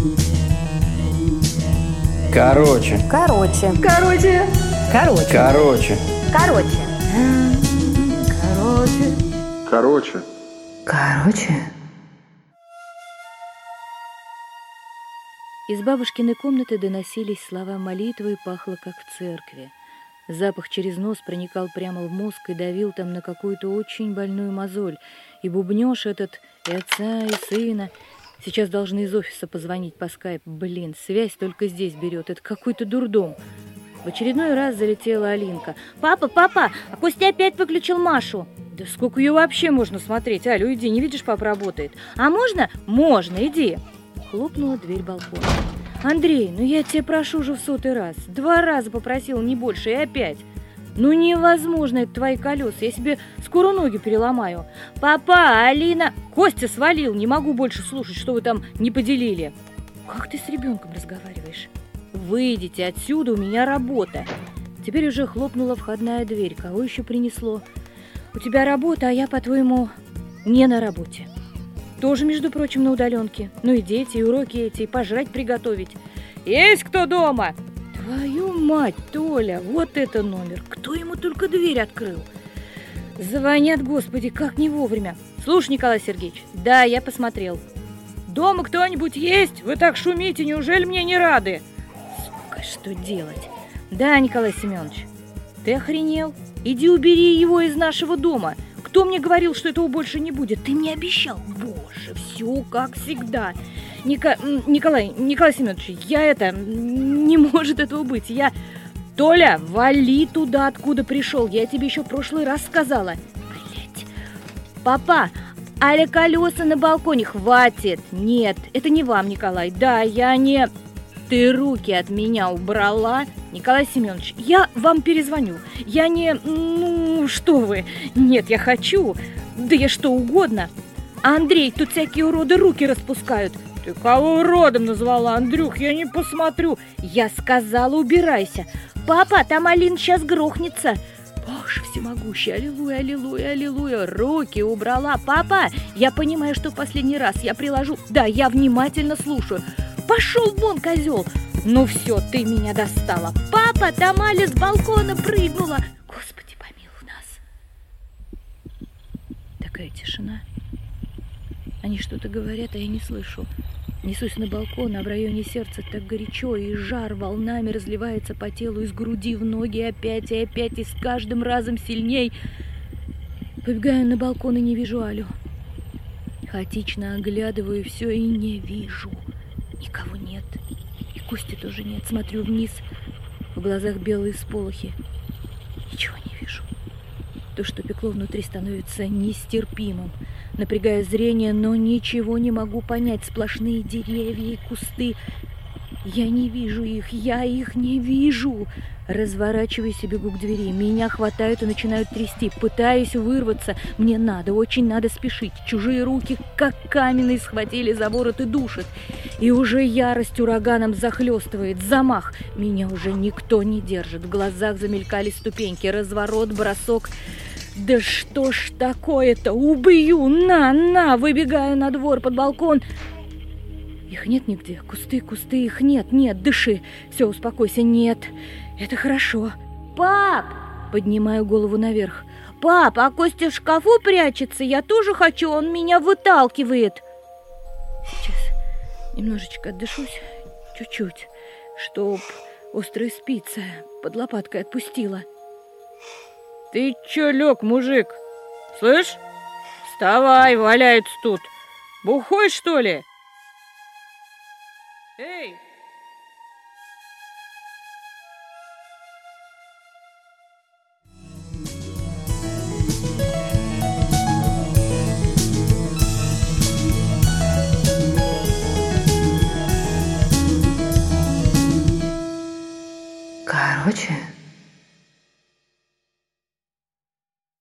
Короче. Короче. Короче. Короче. Короче. Короче. Короче. Короче. Из бабушкиной комнаты доносились слова молитвы и пахло, как в церкви. Запах через нос проникал прямо в мозг и давил там на какую-то очень больную мозоль. И бубнёж этот, и отца, и сына. Сейчас должны из офиса позвонить по скайпу. Блин, связь только здесь берет. Это какой-то дурдом. В очередной раз залетела Алинка. «Папа, папа, а Костя опять выключил Машу!» «Да сколько ее вообще можно смотреть? Алю, иди, не видишь, папа работает». «А можно?» «Можно, иди!» Хлопнула дверь балкона. «Андрей, ну я тебя прошу уже в 100-й раз. 2 раза попросил, не больше, и опять. Ну невозможно, это твои колеса. Я себе скоро ноги переломаю. Папа, Алина...» «Костя свалил, не могу больше слушать, что вы там не поделили». «Как ты с ребенком разговариваешь?» «Выйдите отсюда, у меня работа». Теперь уже хлопнула входная дверь. Кого еще принесло? «У тебя работа, а я, по-твоему, не на работе». Тоже, между прочим, на удаленке. Ну и дети, и уроки эти, и пожрать приготовить. «Есть кто дома?» Твою мать, Толя, вот это номер. Кто ему только дверь открыл? Звонят, господи, как не вовремя. Слушай, Николай Сергеевич. Да, я посмотрел. Дома кто-нибудь есть? Вы так шумите, неужели мне не рады? Сука, что делать? Да, Николай Семенович. Ты охренел? Иди убери его из нашего дома. Кто мне говорил, что этого больше не будет? Ты мне обещал. Боже, все как всегда. Николай Семенович, не может этого быть. Толя, вали туда, откуда пришел. Я тебе еще в прошлый раз сказала. Блять. Папа, Аля, колеса на балконе, хватит. Нет, это не вам, Николай. Да, я не... Ты руки от меня убрала? Николай Семенович, я вам перезвоню. Я не... Ну, что вы? Нет, я хочу. Да я что угодно. Андрей, тут всякие уроды руки распускают. Ты кого уродом назвала, Андрюх? Я не посмотрю. Я сказала, убирайся. Папа, там Алина сейчас грохнется. Боже всемогущий, аллилуйя, аллилуйя, аллилуйя. Руки убрала. Папа, я понимаю, что в последний раз я приложу. Да, я внимательно слушаю. Пошел вон, козел. Ну все, ты меня достала. Папа, там Аля с балкона прыгнула. Господи, помилуй нас. Такая тишина. Они что-то говорят, а я не слышу. Несусь на балкон, а в районе сердца так горячо, и жар волнами разливается по телу из груди в ноги опять и опять, и с каждым разом сильней. Побегаю на балкон и не вижу Алю. Хаотично оглядываю все и не вижу. Никого нет. И Кости тоже нет. Смотрю вниз. В глазах белые сполохи. Ничего не вижу. То, что пекло внутри, становится нестерпимым. Напрягаю зрение, но ничего не могу понять. Сплошные деревья и кусты. Я не вижу их. Я их не вижу. Разворачиваюсь и бегу к двери. Меня хватают и начинают трясти. Пытаюсь вырваться. Мне надо, очень надо спешить. Чужие руки, как каменные, схватили за ворот и душат. И уже ярость ураганом захлестывает. Замах. Меня уже никто не держит. В глазах замелькали ступеньки. Разворот, бросок. Да что ж такое-то? Убью! На! Выбегаю на двор под балкон. Их нет нигде. Кусты, их нет. Дыши. Все, успокойся. Нет. Это хорошо. Пап! Поднимаю голову наверх. Пап, а Костя в шкафу прячется? Я тоже хочу, он меня выталкивает. Сейчас немножечко отдышусь. Чуть-чуть. Чтоб острая спица под лопаткой отпустила. Ты чё лёг, мужик? Слышь? Вставай, валяется тут. Бухой, что ли? Эй! Короче.